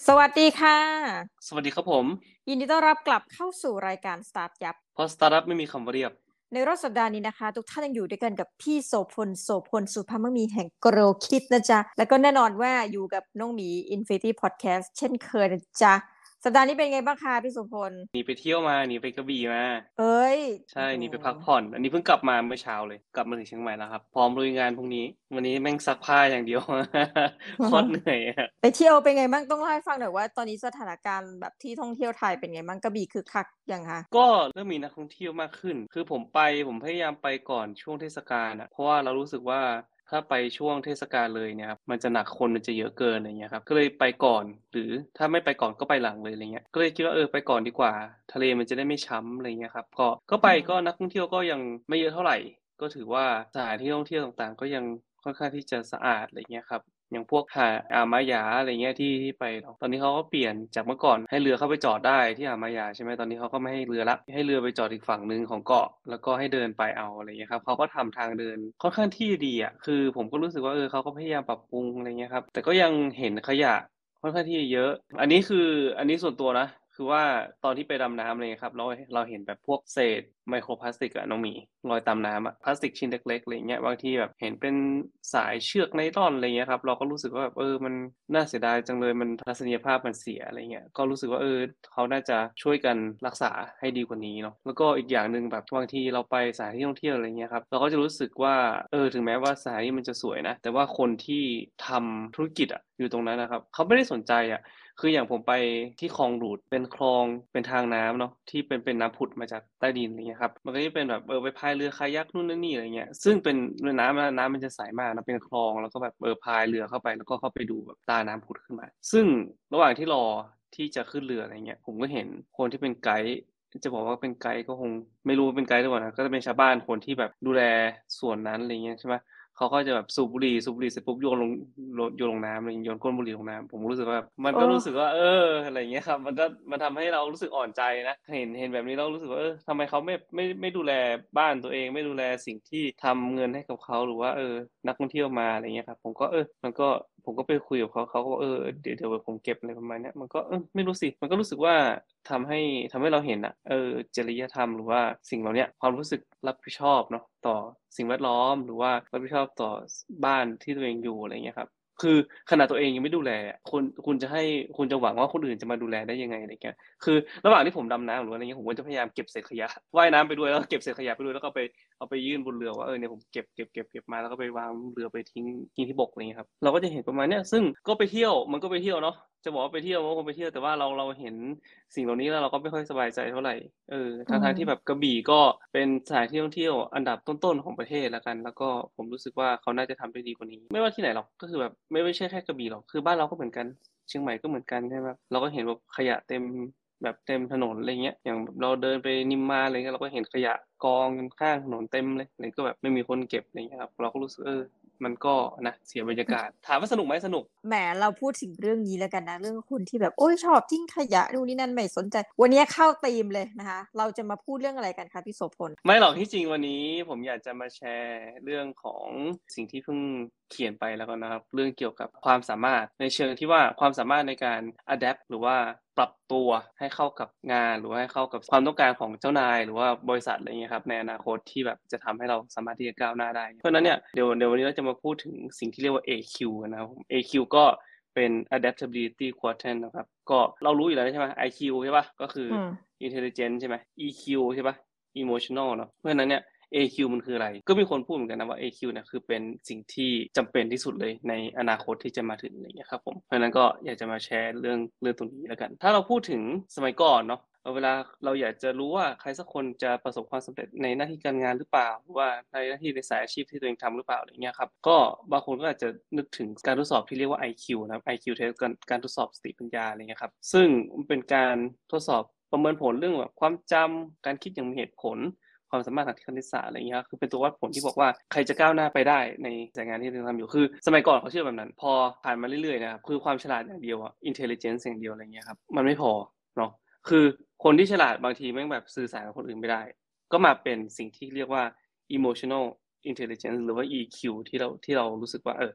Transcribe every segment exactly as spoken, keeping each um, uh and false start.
สวัสดีค่ะสวัสดีครับผมยินดีต้อนรับกลับเข้าสู่รายการสตาร์ตยับเพราะสตาร์ตอัปไม่มีคำว่าเรียบในรอบสัปดาห์นี้นะคะ ทุกท่านยังอยู่ด้วยกันกับพี่โสพล โสพล สุภมมีแห่ง Grow Kids นะจ๊ะ แล้วก็แน่นอนว่าอยู่กับน้องหมี Infinity Podcast เช่นเคยนะจ๊ะ สัปดาห์นี้เป็นไงบ้างคะพี่โสพลหนีไปเที่ยวมา หนีไปกระบี่มาเอ๊ยใชโอ้โฮหนีไปพักผ่อน อันนี้เพิ่งกลับมาเมื่อเช้าเลย กลับมาถึงเชียงใหม่แล้วครับ พร้อมลุยงานพรุ่งนี้ วันนี้แม่งซักผ้าอย่างเดียว โคตรเหนื่อยอะไปเที่ยวเป็นไงบ้าง? ต้องเล่าให้ฟังหน่อยว่า ตอนนี้สถานการณ์แบบที่ท่องเที่ยวไทยเป็นไงบ้าง? กระบี่คึกคักยังคะ? ก็เริ่มมีนักท่องเที่ยวมากขึ้น คือผมไป ผมพยายามไปก่อนช่วงเทศกาลอะ เพราะว่าเรารู้สึกว่า ถ้าไปช่วงเทศกาลเลยเนี่ยครับ มันจะหนัก คนมันจะเยอะเกิน อะไรเงี้ยครับ ก็เลยไปก่อน หรือถ้าไม่ไปก่อนก็ไปหลังเลย อะไรเงี้ย ก็เลยคิดว่า เออ ไปก่อนดีกว่า ทะเลมันจะได้ไม่ช้ำ อะไรเงี้ยครับ ก็ ก็ไปอืก็มนักท่องเที่ยวก็ยังไม่เยอะเท่าไร ก็ถือว่าสถานที่ท่องเที่ยวต่าง ๆ ก็ยังค่อนข้างที่จะสะอาด อะไรเงี้ยครับ อย่างพวกหาดอ่าวมะหยา อะไรเงี้ย ที่ ที่ไปเนาะ ตอนนี้เขาก็เปลี่ยนจากเมื่อก่อนให้เรือเข้าไปจอดได้ที่อ่าวมะหยา ใช่ไหม ตอนนี้เขาก็ไม่ให้เรือแล้ว ให้เรือไปจอดอีกฝั่งหนึ่งของเกาะ แล้วก็ให้เดินไปเอา อะไรเงี้ยครับ เขาก็ทำทางเดินค่อนข้างที่จะดีอะ คือผมก็รู้สึกว่า เออ เขาก็พยายามปรับปรุง อะไรเงี้ยครับ แต่ก็ยังเห็นขยะค่อนข้างที่จะเยอะ อันนี้คือ อันนี้ส่วนตัวนะ คือว่าตอนที่ไปดำน้ำ อะไรเงี้ยครับ เรา เราเห็นแบบพวกเศษไมโครพลาสติกอะน้องหมี ลอยตามน้ำอะ พลาสติกชิ้นเล็ก ๆ อะไรเงี้ย บางทีแบบเห็นเป็นสายเชือกไนลอน อะไรเงี้ยครับ เราก็รู้สึกว่าแบบ เออ มันน่าเสียดายจังเลย มันทัศนียภาพมันเสีย อะไรเงี้ย ก็รู้สึกว่า เออ เขาน่าจะช่วยกันรักษาให้ดีกว่านี้เนาะ แล้วก็อีกอย่างหนึ่งแบบบางทีเราไปสถานที่ท่องเที่ยว อะไรเงี้ยครับ เราก็จะรู้สึกว่า เออ ถึงแม้ว่าสถานที่มันจะสวยนะ แต่ว่าคนที่ทำธุรกิจอะอยู่ตรงนั้นน่ะครับ เขาไม่ได้สนใจอะ คืออย่างผมไปที่คลองดูด เป็นคลอง เป็นทางน้ำเนาะ ที่เป็น เป็นน้ำผุดมาจากใต้ดิน อะไรเงี้ยครับ มันก็จะเป็นแบบ เออ ไปพายเรือคายักนู่นนั่นนี่ อะไรเงี้ย ซึ่งเป็น เป็นน้ำอะ น้ำมันจะใสมากนะ เป็นคลอง แล้วก็แบบ เออ พายเรือเข้าไป แล้วก็เข้าไปดูแบบตาน้ำผุดขึ้นมา ซึ่งระหว่างที่รอที่จะขึ้นเรือ อะไรเงี้ย ผมก็เห็นคนที่เป็นไกด์ จะบอกว่าเป็นไกด์ก็คง ไม่รู้ว่าเป็นไกด์หรือเปล่านะ ก็จะเป็นชาวบ้านคนที่แบบดูแลส่วนนั้น อะไรเงี้ย ใช่ไหม เขาก็จะแบบสูบบุหรี่ สูบบุหรี่เสร็จปุ๊บโยนลง โล โยนลงน้ำ อะไรงี้ โยนก้นบุหรี่ลงน้ำ ผมก็รู้สึกว่า มันโอก็รู้สึ้กว่า เออ อะไรเงี้ยครับ มันก็ มันทำให้เรารู้สึกอ่อนใจนะ เห็น เห็นแบบนี้แล้วรู้สึกว่า เออ ทำไมเขาไม่ ไม่ ไม่ดูแลบ้านตัวเอง ไม่ดูแลสิ่งที่ทำเงินให้กับเขา หรือว่า เออ นักท่องเที่ยวมา อะไรเงี้ยครับ ผมก็ เออ มันก็ ผมก็ไปคุยกับเขา เขาก็บอก เออ เดี๋ยว เดี๋ยวผมเก็บ อะไรประมาณเนี้ย มันก็ เออ ไม่รู้สิ มันก็รู้สึกว่า ทำให้ ทำให้เราเห็นอะ เออ จริยธรรม หรือว่าสิ่งเหล่าเนี้ย ความรู้สึกรับผิดชอบเนาะต่อสิ่งแวดล้อม หรือว่ารับผิดชอบต่อ ส บ้านที่ตัวเองอยู่ อะไรเงี้ยครับ คือขนาดตัวเองยังไม่ดูแลอะ คุณ คุณจะให้ คุณจะหวังว่าคนอื่นจะมาดูแลได้ยังไง อะไรเงี้ย คือระหว่างที่ผมดำน้ำ หรือว่าอะไรเงี้ย ผมก็จะพยายามเก็บเศษขยะ ว่ายน้ำไปด้วย แล้วก็เก็บเศษขยะไปด้วย แล้วก็ไป เอาไปยื่นบนเรือว่า เออ เนี่ยผมเก็บ เก็บ เก็บ เก็บมา แล้วก็ไปวางเรือไปทิ้ง ทิ้งที่บก อะไรงี้ครับ เราก็จะเห็นประมาณเนี้ย ซึ่งก็ไปเที่ยว มันก็ไปเที่ยวเนาะ จะบอกว่าไปเที่ยวมันก็คงไปเที่ยว แต่ว่าเรา เราเห็นสิ่งเหล่านี้แล้วเราก็ไม่ค่อยสบายใจเท่าไร เอออืทั้ง ๆ ที่มแบบกระบี่ก็เป็นสถานที่ท่องเที่ยวอันดับต้น ๆ ของประเทศแล้วกัน แล้วก็ผมรู้สึกว่า เขาน่าจะทำได้ดีกว่านี้ ไม่ว่าที่ไหนหรอก ก็คือแบบไม่ ไม่ใช่แค่กระบี่หรอก คือบ้านเราก็เหมือนกัน เชียงใหม่ก็เหมือนกัน ใช่ไหมครับ เราก็เห็นแบบขยะเต็ม แบบเต็มถนน อะไรเงี้ย อย่างแบบเราเดินไปนิมมาน อะไรเงี้ย เราก็เห็นขยะกองกันข้างถนนเต็มเลย อะไรก็แบบไม่มีคนเก็บ อะไรเงี้ยครับ เราก็รู้สึก เออ มันก็นะ เสียบรรยากาศ ถามว่าสนุกไหม สนุกแหม เราพูดถึงเรื่องนี้แล้วกันนะ เรื่องคนที่แบบ โอ๊ย ชอบทิ้งขยะนู่นนี่นั่น ไม่สนใจ วันนี้เข้าธีมเลยนะคะ เราจะมาพูดเรื่องอะไรกันคะพี่โสพล? ไม่หรอก ที่จริงวันนี้ผมอยากจะมาแชร์เรื่องของสิ่งที่เพิ่งเขียนไปแล้วกันนะครับ เรื่องเกี่ยวกับความสามารถ ในเชิงที่ว่า ความสามารถในการ อะแดปต์ หรือว่าปรับตัวให้เข้ากับงาน หรือว่าให้เข้ากับความต้องการของเจ้านาย หรือว่าบริษัท อะไรงี้ครับ ในอนาคตที่แบบจะทำให้เราสามารถที่จะก้าวหน้าได้ เพราะฉะนั้นเนี่ย เดี๋ยว เดี๋ยววันนี้เราจะมาพูดถึงสิ่งที่เรียกว่า เอ คิว กันนะครับผม เอ คิว ก็เป็น Adaptability Quotient นะครับ ก็เรารู้อยู่แล้วใช่ไหม ไอ คิว ใช่เปล่า ก็คืออืม Intelligence ใช่ไหม อี คิว ใช่เปล่า Emotional เนาะ เพราะฉะนั้นเนี่ย เอ คิว มันคืออะไร ก็มีคนพูดเหมือนกันนะว่า เอ คิว เนี่ยคือเป็นสิ่งที่จำเป็นที่สุดเลยในอนาคตที่จะมาถึง อะไรเงี้ยครับผม เพราะฉะนั้นก็อยากจะมาแชร์เรื่อง เรื่องตรงนี้แล้วกัน ถ้าเราพูดถึงสมัยก่อนเนาะ เออ เวลาเราอยากจะรู้ว่าใครสักคนจะประสบความสำเร็จในหน้าที่การงานหรือเปล่า หรือว่าในหน้าที่ในสายอาชีพที่ตัวเองทำหรือเปล่า อะไรเงี้ยครับ ก็บางคนก็อาจจะนึกถึงการทดสอบที่เรียกว่า ไอ คิว นะครับ ไอ คิว Test การ การทดสอบสติปัญญา อะไรเงี้ยครับ ซึ่งมันเป็นการทดสอบประเมินผลเรื่องแบบความจำ การคิดอย่างมีเหตุผล ความสามารถทางคณิตศาสตร์ อะไรงี้ครับ คือเป็นตัววัดผลที่บอกว่าใครจะก้าวหน้าไปได้ในสายงานที่ตัวเองทำอยู่ คือสมัยก่อนเขาเชื่อแบบนั้น พอผ่านมาเรื่อย ๆ นะครับ คือความฉลาดอย่างเดียวอะ Intelligence อย่างเดียว อะไรเงี้ยครับ มันไม่พอเนาะ คือคนที่ฉลาดบางทีแม่งแบบสื่อสารกับคนอื่นไม่ได้ ก็มาเป็นสิ่งที่เรียกว่า Emotional Intelligence หรือว่า อี คิว ที่เรา ที่เรารู้สึกว่า เออ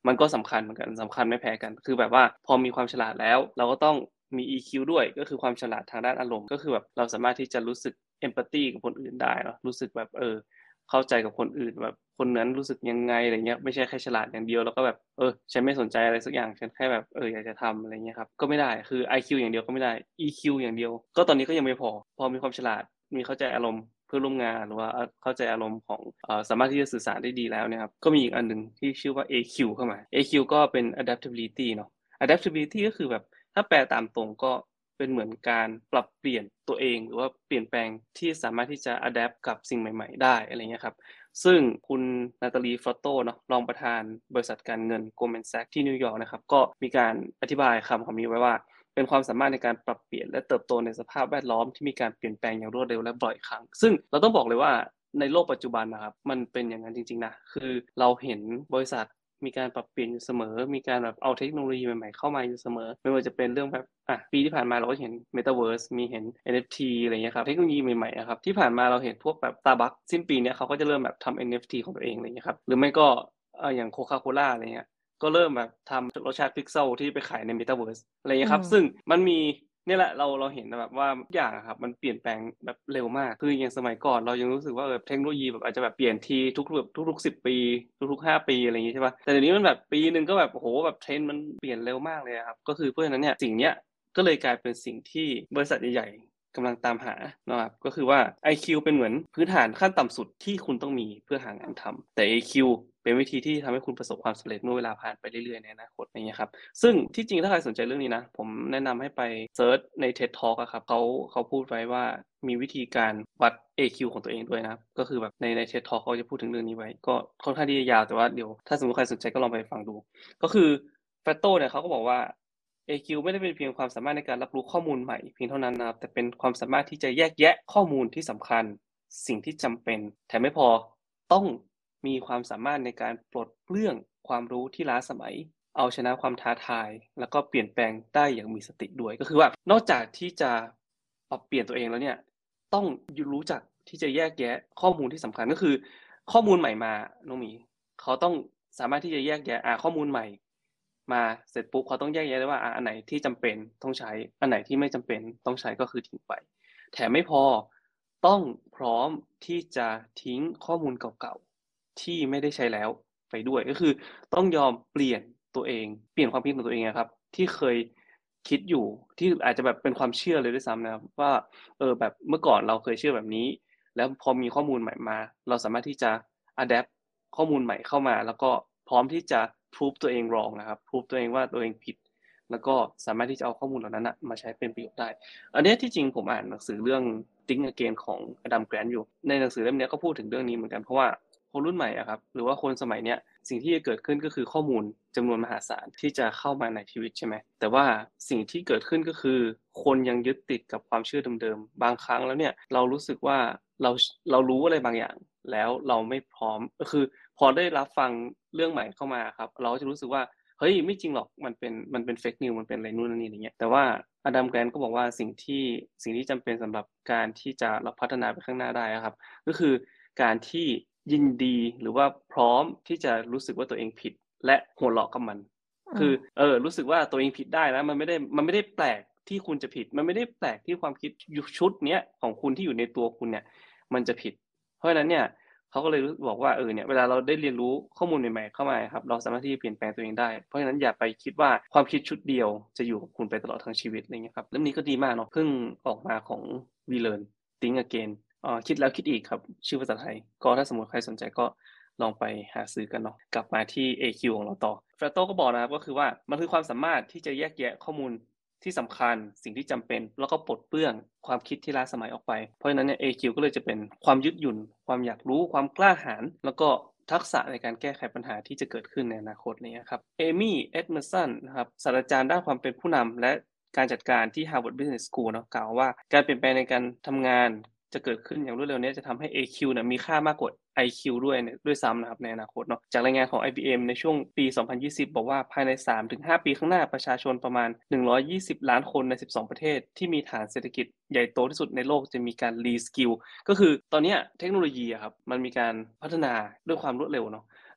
มันก็สำคัญเหมือนกันสำคัญไม่แพ้กันคือแบบว่าพอมีความฉลาดแล้วเราก็ต้องมี อี คิว ด้วยก็คือความฉลาดทางด้านอารมณ์ก็คือแบบเราสามารถที่จะรู้สึก empathy กับคนอื่นได้เนาะรู้สึกแบบเออเข้าใจกับคนอื่นแบบคนนั้นรู้สึกยังไงอะไรเงี้ยไม่ใช่แค่ฉลาดอย่างเดียวแล้วก็แบบเออฉันไม่สนใจอะไรสักอย่างฉันแค่แบบเอออยากจะทำอะไรเงี้ยครับก็ไม่ได้คือ ไอ คิว อย่างเดียวก็ไม่ได้ อี คิว อย่างเดียวก็ตอนนี้ก็ยังไม่พอพอมีความฉลาดมีเข้าใจอารมณ์เพื่อนร่วมงานหรือว่าเข้าใจอารมณ์ของเอ่อสามารถที่จะสื่อสารได้ดีแล้วเนี่ยครับก็มีอีกอันหนึ่งที่ชื่อว่า เอ คิว เข้ามา เอ คิว ก็เป็น adaptability เนาะ adaptability ก็คือแบบถ้าแปลตามตรงก็เป็นเหมือนการปรับเปลี่ยนตัวเองหรือว่าเปลี่ยนแปลงที่สามารถที่จะ adapt กับสิ่งใหม่ๆได้อะไรเงี้ยครับซึ่งคุณนาตาลีฟลอตโตเนาะรองประธานบริษัทการเงิน Goldman Sachs ที่นิวยอร์กนะครับก็มีการอธิบายคำคำนี้ไว้ว่าเป็นความสามารถในการปรับเปลี่ยนและเติบโตในสภาพแวดล้อมที่มีการเปลี่ยนแปลงอย่างรวดเร็วและบ่อยครั้งซึ่งเราต้องบอกเลยว่าในโลกปัจจุบันนะครับมันเป็นอย่างนั้นจริงๆนะคือเราเห็นบริษัทมีการปรับเปลี่ยนอยู่เสมอมีการแบบเอาเทคโนโลยีใหม่ๆเข้ามาอยู่เสมอไม่ว่าจะเป็นเรื่องแบบอ่ะปีที่ผ่านมาเราก็เห็น Metaverse มีเห็น เอ็น เอฟ ที อะไรเงี้ยครับเทคโนโลยีใหม่ๆอะครับที่ผ่านมาเราเห็นพวกแบบ Starbucks สิ้นปีเนี้ยเขาก็จะเริ่มแบบทำ เอ็น เอฟ ที ของตัวเองอะไรเงี้ยครับหรือไม่ก็เอ่ออย่าง Coca-Cola อะไรเงี้ยก็เริ่มแบบทำรสชาติพิกเซลที่ไปขายใน Metaverse อะไรเงี้ยครับซึ่งมันมีเนี่ยแหละเราเราเห็นแบบว่าทุกอย่างอะครับมันเปลี่ยนแปลงแบบเร็วมากคืออย่างสมัยก่อนเรายังรู้สึกว่าแบบเทคโนโลยีแบบอาจจะแบบเปลี่ยนทีทุกแบบทุกๆสิบปีทุกๆห้าปีอะไรอย่างงี้ใช่เปล่าแต่เดี๋ยวนี้มันแบบปีนึงก็แบบโอ้โฮแบบ trend มันเปลี่ยนเร็วมากเลยอะครับก็คือเพราะฉะนั้นเนี่ยสิ่งเนี้ยก็เลยกลายเป็นสิ่งที่บริษัทใหญ่ๆกำลังตามหานะครับก็คือว่า ไอ คิว เป็นเหมือนพื้นฐานขั้นต่ำสุดที่คุณต้องมีเพื่อหางานทำแต่ เอ คิว เป็นวิธีที่ทำให้คุณประสบความสำเร็จเมื่อเวลาผ่านไปเรื่อยๆในอนาคตอย่างเงี้ยครับซึ่งที่จริงถ้าใครสนใจเรื่องนี้นะผมแนะนำให้ไปเซิร์ชใน เท็ด Talk อะครับเขาเขาพูดไว้ว่ามีวิธีการวัด เอ คิว ของตัวเองด้วยนะครับก็คือแบบในใน เท็ด Talk เขาจะพูดถึงเรื่องนี้ไว้ก็ค่อนข้างที่จะยาวแต่ว่าเดี๋ยวถ้าสมมุติใครสนใจก็ลองไปฟังดูก็คือ Plato เนี่ยเขาก็บอกว่า เอ คิว ไม่ได้เป็นเพียงความสามารถในการรับรู้ข้อมูลใหม่เพียงเท่านั้นนะครับแต่เป็นความสามารถที่จะแยกแยะข้อมูลที่สำคัญสิ่งที่จำเป็นแถมไม่พอต้องมีความสามารถในการปลดเปลื้องความรู้ที่ล้าสมัยเอาชนะความท้าทายแล้วก็เปลี่ยนแปลงได้อย่างมีสติด้วยก็คือว่านอกจากที่จะปรับเปลี่ยนตัวเองแล้วเนี่ยต้องรู้จักที่จะแยกแยะข้อมูลที่สำคัญก็คือข้อมูลใหม่มาน้องหมีเขาต้องสามารถที่จะแยกแยะอ่าข้อมูลใหม่มาเสร็จปุ๊บเขาต้องแยกแยะได้ว่าอ่าอันไหนที่จำเป็นต้องใช้อันไหนที่ไม่จำเป็นต้องใช้ก็คือทิ้งไปแถมไม่พอต้องพร้อมที่จะทิ้งข้อมูลเก่าๆที่ไม่ได้ใช้แล้วไปด้วยก็คือต้องยอมเปลี่ยนตัวเองเปลี่ยนความคิดของตัวเองอะครับที่เคยคิดอยู่ที่อาจจะแบบเป็นความเชื่อเลยด้วยซ้ำนะครับว่าเออแบบเมื่อก่อนเราเคยเชื่อแบบนี้แล้วพอมีข้อมูลใหม่มาเราสามารถที่จะ adapt ข้อมูลใหม่เข้ามาแล้วก็พร้อมที่จะ prove ตัวเอง wrong นะครับ prove ตัวเองว่าตัวเองผิดแล้วก็สามารถที่จะเอาข้อมูลเหล่านั้นน่ะมาใช้เป็นประโยชน์ได้อันเนี้ยที่จริงผมอ่านหนังสือเรื่อง Think Again ของ Adam Grant อยู่ในหนังสือเล่มเนี้ยก็พูดถึงเรื่องนี้เหมือนกันเพราะว่าคนรุ่นใหม่อะครับหรือว่าคนสมัยเนี้ยสิ่งที่จะเกิดขึ้นก็คือข้อมูลจำนวนมหาศาลที่จะเข้ามาในชีวิตใช่ไหมแต่ว่าสิ่งที่เกิดขึ้นก็คือคนยังยึดติดกับความเชื่อเดิมๆบางครั้งแล้วเนี่ยเรารู้สึกว่าเราเรารู้อะไรบางอย่างแล้วเราไม่พร้อมก็คือพอได้รับฟังเรื่องใหม่เข้ามาครับเราก็จะรู้สึกว่าเฮ้ยไม่จริงหรอกมันเป็นมันเป็น Fake News มันเป็นอะไรนู่นนั่นนี่อะไรเงี้ยแต่ว่า Adam Grant ก็บอกว่าสิ่งที่สิ่งที่จำเป็นสำหรับการที่จะเราพัฒนาไปข้างหน้าได้อะครับก็คือการที่ยินดีหรือว่าพร้อมที่จะรู้สึกว่าตัวเองผิดและหัวเราะกับมันคือเออรู้สึกว่าตัวเองผิดได้นะมันไม่ได้มันไม่ได้แปลกที่คุณจะผิดมันไม่ได้แปลกที่ความคิดยุชุดเนี้ยของคุณที่อยู่ในตัวคุณเนี่ยมันจะผิดเพราะฉะนั้นเนี่ยเขาก็เลยรู้บอกว่าเออเนี่ยเวลาเราได้เรียนรู้ข้อมูลใหม่ๆเข้ามาอะครับเราสามารถที่จะเปลี่ยนแปลงตัวเองได้เพราะฉะนั้นอย่าไปคิดว่าความคิดชุดเดียวจะอยู่กับคุณไปตลอดทั้งชีวิตอะไรเงี้ยครับเล่มนี้ก็ดีมากเนาะเพิ่งออกมาของ We Learn Think Again เอ่อคิดแล้วคิดอีกครับชื่อภาษาไทยก็ถ้าสมมุติใครสนใจก็ลองไปหาซื้อกันเนาะกลับมาที่ เอ คิว ของเราต่อ Plato ก็บอกนะครับก็คือว่ามันคือความสามารถที่จะแยกแยะข้อมูลที่สำคัญสิ่งที่จำเป็นแล้วก็ปลดเปลื้องความคิดที่ล้าสมัยออกไปเพราะฉะนั้นเนี่ย เอ คิว ก็เลยจะเป็นความยืดหยุ่นความอยากรู้ความกล้าหาญแล้วก็ทักษะในการแก้ไขปัญหาที่จะเกิดขึ้นในอนาคตไรเงี้ยครับ Amy Edmondson นะครับศาสตราจารย์ด้านความเป็นผู้นำและการจัดการที่ Harvard Business School เนาะกล่าวว่าการเปลี่ยนแปลงในการทำงานจะเกิดขึ้นอย่างรวดเร็วเนี้ยจะทำให้ เอ คิว เนี่ยมีค่ามากกว่า ไอ คิว ด้วยเนี่ยด้วยซ้ำนะครับในอนาคตเนาะจากรายงานของ ไอ บี เอ็ม ในช่วงปี สองพันยี่สิบ บอกว่าภายใน สามถึงห้า ปีข้างหน้าประชาชนประมาณ หนึ่งร้อยยี่สิบ ล้านคนใน สิบสอง ประเทศที่มีฐานเศรษฐกิจใหญ่โตที่สุดในโลกจะมีการ Reskill ก็คือตอนเนี้ยเทคโนโลยีอะครับมันมีการพัฒนาด้วยความรวดเร็วเนาะ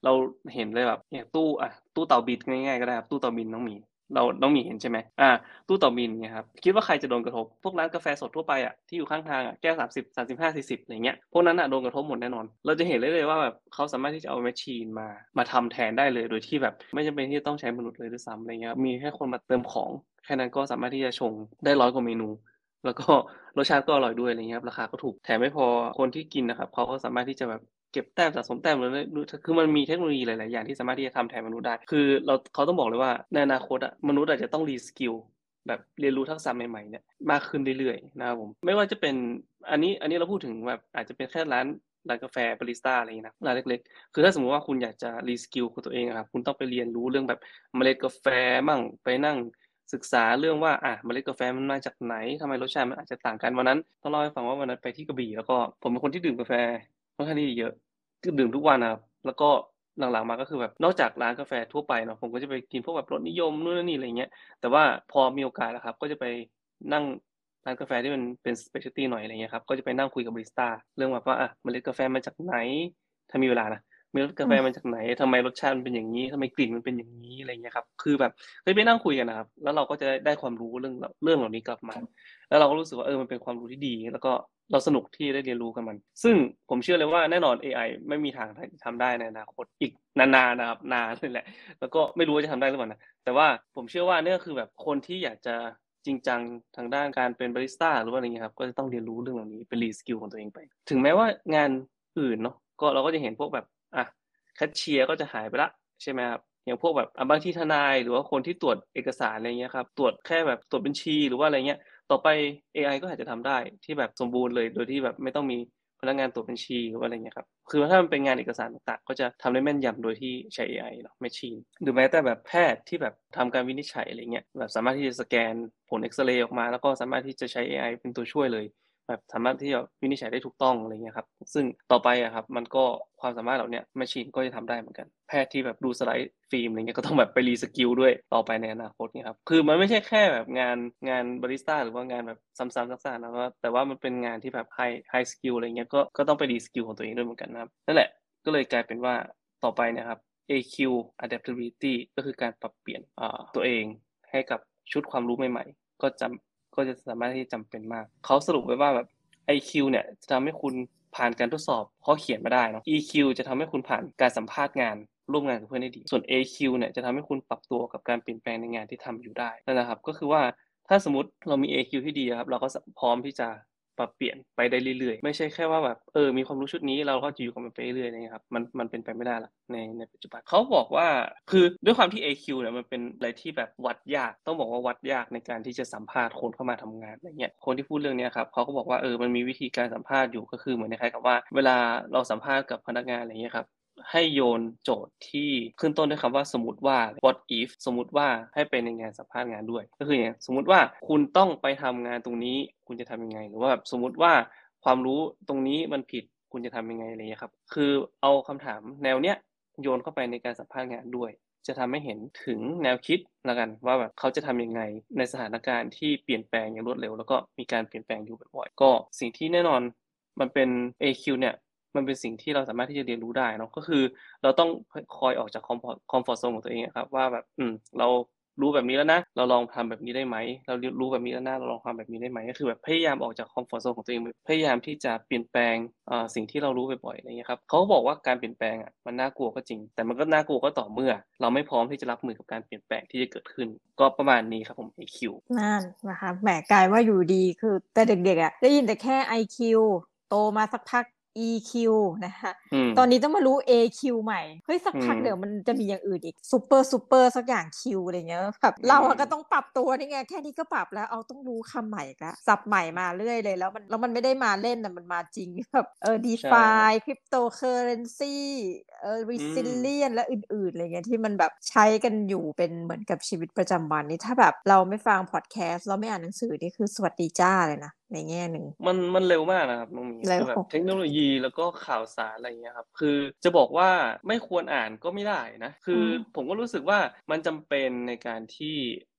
เราเห็นเลยแบบอย่างตู้อ่ะตู้เต่าบินง่ายๆก็ได้ครับตู้เต่าบินน้องหมีเราน้องหมีเห็นใช่ไหมอ่าตู้เต่าบินเนี่ยครับคิดว่าใครจะโดนกระทบพวกร้านกาแฟสดทั่วไปอ่ะที่อยู่ข้างทางอ่ะแก้วสามสิบสามสิบห้าสี่สิบอะไรเงี้ยพวกนั้นอ่ะโดนกระทบหมดแน่นอนเราจะเห็นเลยเลยว่าแบบเขาสามารถที่จะเอาแมชชีนมามาทำแทนได้เลยโดยที่แบบไม่จำเป็นที่จะต้องใช้มนุษย์เลยด้วยซ้ำอะไรเงี้ยมีแค่คนมาเติมของแค่นั้นก็สามารถที่จะชงได้ร้อยกว่าเมนูแล้วก็รสชาติก็อร่อยด้วยอะไรเงี้ยครับราคาก็ถูกแถมไม่พอคนที่กินนะครับเขาก็สามารถที่จะแบบเก็บแต้มสะสมแต้มเลยคือมันมีเทคโนโลยีหลายๆอย่างที่สามารถที่จะทำแทนมนุษย์ได้คือเราเขาต้องบอกเลยว่าในอนาคตอะมนุษย์อาจจะต้องรีสกิลแบบเรียนรู้ทักษะใหม่ๆเนี่ยมากขึ้นเรื่อยๆนะครับผมไม่ว่าจะเป็นอันนี้อันนี้เราพูดถึงแบบอาจจะเป็นแค่ร้านร้านกาแฟบาริสต้าอะไรอย่างงี้นะร้านเล็กๆคือถ้าสมมุติว่าคุณอยากจะรีสกิลของตัวเองอะครับคุณต้องไปเรียนรู้เรื่องแบบเมล็ดกาแฟมั่งไปนั่งศึกษาเรื่องว่าอ่าเมล็ดกาแฟมันมาจากไหนทำไมรสชาติมันอาจจะต่างกันวันนั้นต้องเล่าให้ฟังว่าวันนั้นไปที่กระบี่แล้วก็ผมเป็นคนที่ดื่มกาแฟค่อนข้างที่จะเยอะคือดื่มทุกวันอะครับแล้วก็หลังๆมาก็คือแบบนอกจากร้านกาแฟทั่วไปเนาะผมก็จะไปกินพวกแบบรสนิยมนู่นนั่นนี่อะไรอย่างเงี้ยแต่ว่าพอมีโอกาสอะครับก็จะไปนั่งร้านกาแฟที่มันเป็น specialty หน่อยอะไรเงี้ยครับก็จะไปนั่งคุยกับบาริสตาเรื่องแบบว่าอะเมล็ดกาแฟมาจากไหนถ้ามีเวลานะเมล็ดกาอืมแฟมาจากไหนทำไมรสชาติมันเป็นอย่างงี้ทำไมกลิ่นมันเป็นอย่างงี้อะไรเงี้ยครับคือแบบเฮ้ยไปนั่งคุยกันอะครับแล้วเราก็จะได้ได้ความรู้เรื่องรเรื่องเหล่านี้กลับมาแล้วเราก็รู้สึกว่าเออมันเป็นความรู้ที่ดีแล้วก็เราสนุกที่ได้เรียนรู้กับมันซึ่งผมเชื่อเลยว่าแน่นอนเอไอไม่มีทางททำได้ในอนาคตอีกนานๆนะครับนานเลยแหละ แล้วก็ไม่รู้ว่าจะทำได้หรือเปล่านะแต่ว่าผมเชื่อว่าเนี่ยก็คือแบบคนที่อยากจะจริงจังทางด้านการเป็นบาริสตาหรือว่าอะไรเงี้ยครับก็จะต้องเรียนรู้เรื่องเหล่านี้เป็น re-skill ของตัวเองไปถึงแม้ว่างานอื่นเนาะก็เราก็จะเห็นพวกแบบอะแคชเชียร์ก็จะหายไปแล้วใช่ไหมครับอย่างพวกแบบอะบางทีทนายหรือว่าคนที่ตรวจเอกสารอะไรเงี้ยครับตรวจแค่แบบตรวจบัญชีหรือว่าอะไรเงี้ยต่อไปเอไอก็อาจจะทำได้ที่แบบสมบูรณ์เลยโดยที่แบบไม่ต้องมีพนักงานตรวจบัญชีหรือว่าอะไรเงี้ยครับคือถ้ามันเป็นงานเอกสารต่างๆก็จะทำได้แม่นยำโดยที่ใช้เอไอเนาะ machine หรือแม้แต่แบบแพทย์ที่แบบทำการวินิจฉัยอะไรเงี้ยแบบสามารถที่จะสแกนผลเอกซเรย์ออกมาแล้วก็สามารถที่จะใช้เอไอเป็นตัวช่วยเลยแบบสามารถที่จะวินิจฉัยได้ถูกต้องอะไรเงี้ยครับซึ่งต่อไปอะครับมันก็ความสามารถเหล่าเนี้ย machine ก็จะทำได้เหมือนกันแพทย์ที่แบบดูสไลด์ฟิล์มอะไรเงี้ยก็ต้องแบบไป re-skill ด้วยต่อไปในอนาคตเงี้ยครับคือมันไม่ใช่แค่แบบงานงานบาริสตาหรือว่างานแบบซ้ำๆซากๆนะว่าแต่ว่ามันเป็นงานที่แบบ high high skill อะไรเงี้ยก็ก็ต้องไป re-skill ของตัวเองด้วยเหมือนกันนะครับนั่นแหละก็เลยกลายเป็นว่าต่อไปเนี่ยครับ เอ คิว adaptability ก็คือการปรับเปลี่ยนอ่าตัวเองให้กับชุดความรู้ใหม่ๆก็จำก็จะสามารถที่จะจำเป็นมากเขาสรุปไว้ว่าแบบ ไอ คิว เนี่ยจะทำให้คุณผ่านการทดสอบข้อเขียนมาได้เนาะ อี คิว จะทำให้คุณผ่านการสัมภาษณ์งานร่วมงานกับเพื่อนได้ดีส่วน เอ คิว เนี่ยจะทำให้คุณปรับตัวกับการเปลี่ยนแปลงในงานที่ทำอยู่ได้นั่นแหละครับก็คือว่าถ้าสมมุติเรามี เอ คิว ที่ดีอะครับเราก็สพร้อมที่จะปรับเปลี่ยนไปได้เรื่อยๆไม่ใช่แค่ว่าแบบเออมีความรู้ชุดนี้เราก็จะอยู่กับมันไปเรื่อยๆอะไรเงี้ยครับมันมันเป็นไปไม่ได้แล้วในในปัจจุบันเขาบอกว่าคือด้วยความที่ เอ คิว เนี่ยมันเป็นอะไรที่แบบวัดยากต้องบอกว่าวัดยากในการที่จะสัมภาษณ์คนเข้ามาทำงานอะไรเงี้ยคนที่พูดเรื่องเนี้ยครับเขาก็บอกว่าเออมันมีวิธีการสัมภาษณ์อยู่ก็คือเหมือนคล้ายๆกับว่าเวลาเราสัมภาษณ์กับพนักงานอะไรเงี้ยครับให้โยนโจทย์ที่ขึ้นต้นด้วยคำว่าสมมุติว่า what if สมมุติว่าให้ไปในงานสัมภาษณ์งานด้วยก็คืออย่างสมมุติว่าคุณต้องไปทำงานตรงนี้คุณจะทำยังไงหรือว่าแบบสมมุติว่าความรู้ตรงนี้มันผิดคุณจะทำยังไงอะไรเงี้ยครับคือเอาคำถามแนวเนี้ยโยนเข้าไปในการสัมภาษณ์งานด้วยจะทำให้เห็นถึงแนวคิดแล้วกันว่าแบบเขาจะทำยังไงในสถานการณ์ที่เปลี่ยนแปลงอย่างรวดเร็วแล้วก็มีการเปลี่ยนแปลงอยู่บ่อยๆก็สิ่งที่แน่นอนมันเป็น เอ คิว เนี่ยมันเป็นสิ่งที่เราสามารถที่จะเรียนรู้ได้เนาะก็คือเราต้องคคอยออกจากคอมฟอร์ตคอมฟอร์ตโซนของตัวเองอะครับว่าแบบอืมเรารู้แบบนี้แล้วนะเราลองทำแบบนี้ได้ไหมเรารรู้แบบนี้แล้วนะเราลองทำแบบนี้ได้ไหมก็คือแบบพยายามออกจากคอมฟอร์ตโซนของตัวเองพยายามที่จะเปลี่ยนแปลงอ่าสิ่งที่เรารู้บ่อยๆอะไรเงี้ยครับเขาก็บอกว่าการเปลี่ยนแปลงอะมันน่ากลัวก็จริงแต่มันก็น่ากลัวก็ต่อเมื่อเราไม่พร้อมที่จะรับมือกับการเปลี่ยนแปลงที่จะเกิดขึ้นก็ประมาณนี้ครับผม เอ คิวนั่นนะคะแหมกลายว่าอยู่ดีคือแต่เด็กๆอ่ะได้ยินแต่แค่ ไอ คิว โตมาสักพัก อี คิว นะคะอืมตอนนี้ต้องมารู้ เอ คิว ใหม่เฮ้ยสักอืมพักเดี๋ยวมันจะมีอย่างอื่นอีกซูเปอร์ซูเปอร์สักอย่าง Q อะไรเงี้ยแบบอืเรามอะก็ต้องปรับตัวนี่ไงแค่นี้ก็ปรับแล้วเอาต้องรู้คำใหม่อีกแล้วศัพท์ใหม่มาเรื่อยเลยแล้วมันแล้วมันไม่ได้มาเล่นน่ะมันมาจริงแบบเออใช่ครับ DeFi Cryptocurrency เอออืม Resilient และอื่นๆอะไรเงี้ยที่มันแบบใช้กันอยู่เป็นเหมือนกับชีวิตประจำวันนี่ถ้าแบบเราไม่ฟังพอดแคสต์เราไม่อ่านหนังสือนี่คือสวัสดีจ้าเลยนะในแง่หนึ่งมันมันเร็วมากนะครับน้องหมีแล้วคือแบบเทคโนโลยีแล้วก็ข่าวสารอะไรอย่างเงี้ยครับคือจะบอกว่าไม่ควรอ่านก็ไม่ได้นะคืออืมผมก็รู้สึกว่ามันจำเป็นในการที่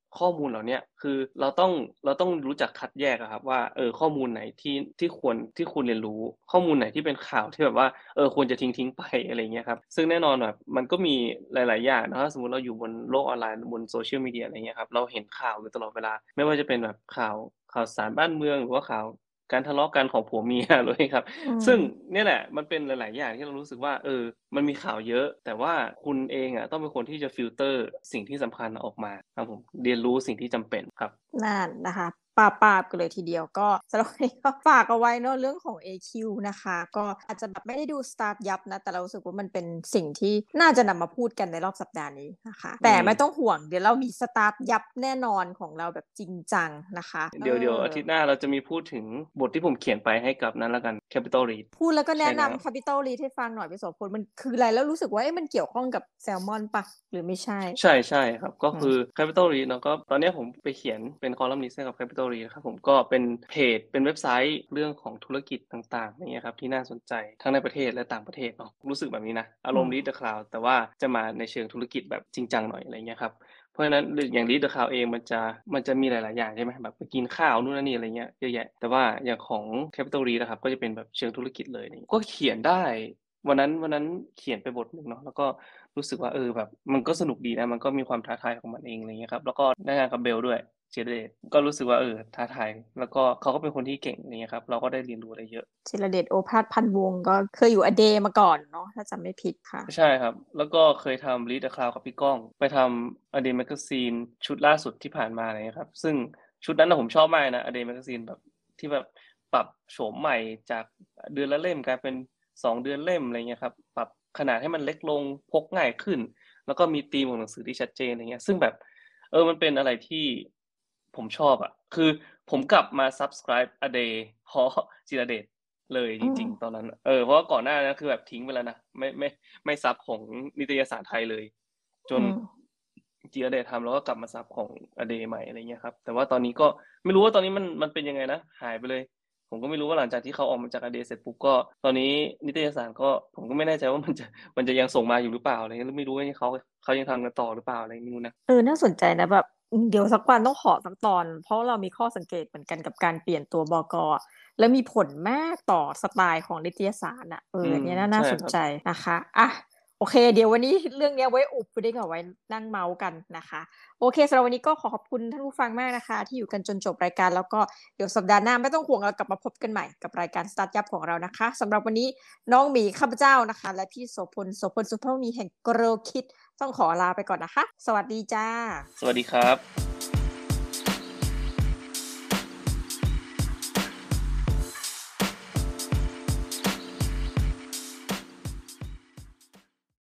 ข้อมูลเหล่าเนี้ยคือเราต้องเราต้องรู้จักคัดแยกอะครับว่าเออข้อมูลไหนที่ที่ควรที่ควรเรียนรู้ข้อมูลไหนที่เป็นข่าวที่แบบว่าเออควรจะทิ้งๆไปอะไรอย่างเงี้ยครับซึ่งแน่นอนแบบมันก็มีหลายๆอย่างเนาะถ้าสมมุติเราอยู่บนโลกออนไลน์บน Social Media อะไรเงี้ยครับเราเห็นข่าวอยู่ตลอดเวลาไม่ว่าจะเป็นแบบข่าวข่าวสารบ้านเมืองหรือว่าข่าวการทะเลาะกันของผัวเมีย เลยครับอืมซึ่งเนี่ยแหละมันเป็นหลายๆอย่างที่เรารู้สึกว่าเออมันมีข่าวเยอะแต่ว่าคุณเองอะต้องเป็นคนที่จะฟิลเตอร์สิ่งที่สำคัญออกมาครับผมเรียนรู้สิ่งที่จำเป็นครับนั่นนะคะปราบๆกันเลยทีเดียวก็สำหรับวันนี้ก็ฝากเอาไว้เนาะเรื่องของ เอ คิว นะคะก็อาจจะแบบไม่ได้ดูสตาร์ตยับนะแต่เรารู้สึกว่ามันเป็นสิ่งที่น่าจะนำมาพูดกันในรอบสัปดาห์นี้นะคะอืแต่มไม่ต้องห่วงเดี๋ยวเรามีสตาร์ตยับแน่นอนของเราแบบจริงจังนะคะเอเดี๋ยวเดี๋ยวออาทิตย์หน้าเราจะมีพูดถึงบทที่ผมเขียนไปให้กับนั้นแล้วกัน Capital Read พูดแล้วก็ใช่แนะแล้วนำ Capital Read ให้ฟังหน่อยพี่โสพลมันคืออะไรแล้วรู้สึกว่าเอ๊ะมันเกี่ยวข้องกับแซลมอนปะหรือไม่ใช่ใช่ใช่ครับก็อืมคือ Capital Read เนาะก็ตอนเนี้ยผมไปเขียนเป็นคอลัมนิสต์ให้กับ Capital Read ครับผมก็เป็นเพจเป็นเว็บไซต์เรื่องของธุรกิจต่างๆอย่างเงี้ยครับที่น่าสนใจทั้งในประเทศและต่างประเทศเนาะรู้สึกแบบนี้นะอารมณ์อืม Read the Cloud แต่ว่าจะมาในเชิงธุรกิจแบบจริงจังหน่อยอะไรเงี้ยครับเพราะฉะนั้นหรืออย่าง Read the Cloud เองมันจะมันจะมีหลายๆอย่างใช่ไหมแบบไปกินข้าวนู่นนั่นนี่อะไรเงี้ยเยอะแยะแต่ว่าอย่างของ Capital Read อะครับก็จะเป็นแบบเชิงธุรกิจเลยก็เขียนได้วันนั้นวันนั้นเขียนไปบทหนึ่งเนาะแล้วก็ รู้สึกว่าเออแบบมันก็สนุกดีนะมันก็มีความท้าทายของมันเองอะไรเงี้ยครับแล้วก็ได้งานกับเบลด้วยธีรเดชก็รู้สึกว่าเออท้าทายแล้วก็เขาก็เป็นคนที่เก่งอะไรเงี้ยครับเราก็ได้เรียนรู้อะไรเยอะธีรเดชโอภาสพันวงศ์ก็เคยอยู่อเดมาก่อนเนาะถ้าจำไม่ผิดค่ะใช่ครับแล้วก็เคยทำ Read the Cloud กับพี่ก้องไปทำ A Day Magazine ชุดล่าสุดที่ผ่านมาอะไรเงี้ยครับซึ่งชุดนั้นน่ะผมชอบมากนะ A Day Magazine แบบที่แบบปรับโฉมใหม่จากเดือนละเล่มกลายเป็นสองเดือนเล่มอะไรเงี้ยครับปรับขนาดให้มันเล็กลงพกง่ายขึ้นแล้วก็มีธีมของหนังสือที่ชัดเจนอะไรเงี้ยซึ่งแบบเออมันเป็นอะไรที่ผมชอบอะคือผมกลับมา Subscribe A Day เพราะจิรเดช เลยอืมจริงๆตอนนั้นเออเพราะว่าก่อนหน้านั้นคือแบบทิ้งไปแล้วนะไม่ไม่ไม่ซับของนิตยสารไทยเลยจนอืมจิรเดชทำแล้วก็กลับมาซับของ A Day ใหม่อะไรเงี้ยครับแต่ว่าตอนนี้ก็ไม่รู้ว่าตอนนี้มันมันเป็นยังไงนะหายไปเลยผมก็ไม่รู้ว่าหลังจากที่เขาออกมาจาก A Day เสร็จปุ๊บก็ตอนนี้นิตยสารก็ผมก็ไม่แน่ใจว่ามันจะมันจะยังส่งมาอยู่หรือเปล่าอะไรเงี้ยไม่รู้ว่าเขาเขายังทำกันต่อหรือเปล่าอะไรไม่รู้นะเออน่าสนใจนะแบบอืมเดี๋ยวสักวันต้องขอสักตอนเพราะเรามีข้อสังเกตเหมือนกันกับการเปลี่ยนตัวบกอะแล้วมีผลมากต่อสไตล์ของนิตยสารอะเอออืมอันเนี้ยน่าน่าใช่ครับสนใจนะคะอ่ะโอเคเดี๋ยววันนี้เรื่องเนี้ยไว้อุบไปได้ก่อนไว้นั่งเมาส์กันนะคะโอเคสำหรับวันนี้ก็ขอขอบคุณท่านผู้ฟังมากนะคะที่อยู่กันจนจบรายการแล้วก็เดี๋ยวสัปดาห์หน้าไม่ต้องห่วงเรากลับมาพบกันใหม่กับรายการสตาร์ทอัพของเรานะคะสำหรับวันนี้น้องหมีข้าพเจ้านะคะและพี่โสพลโสพลสุภาพมีแห่ง Grow Kid ต้องขอลาไปก่อนนะคะ สวัสดีจ้าสวัสดีครับ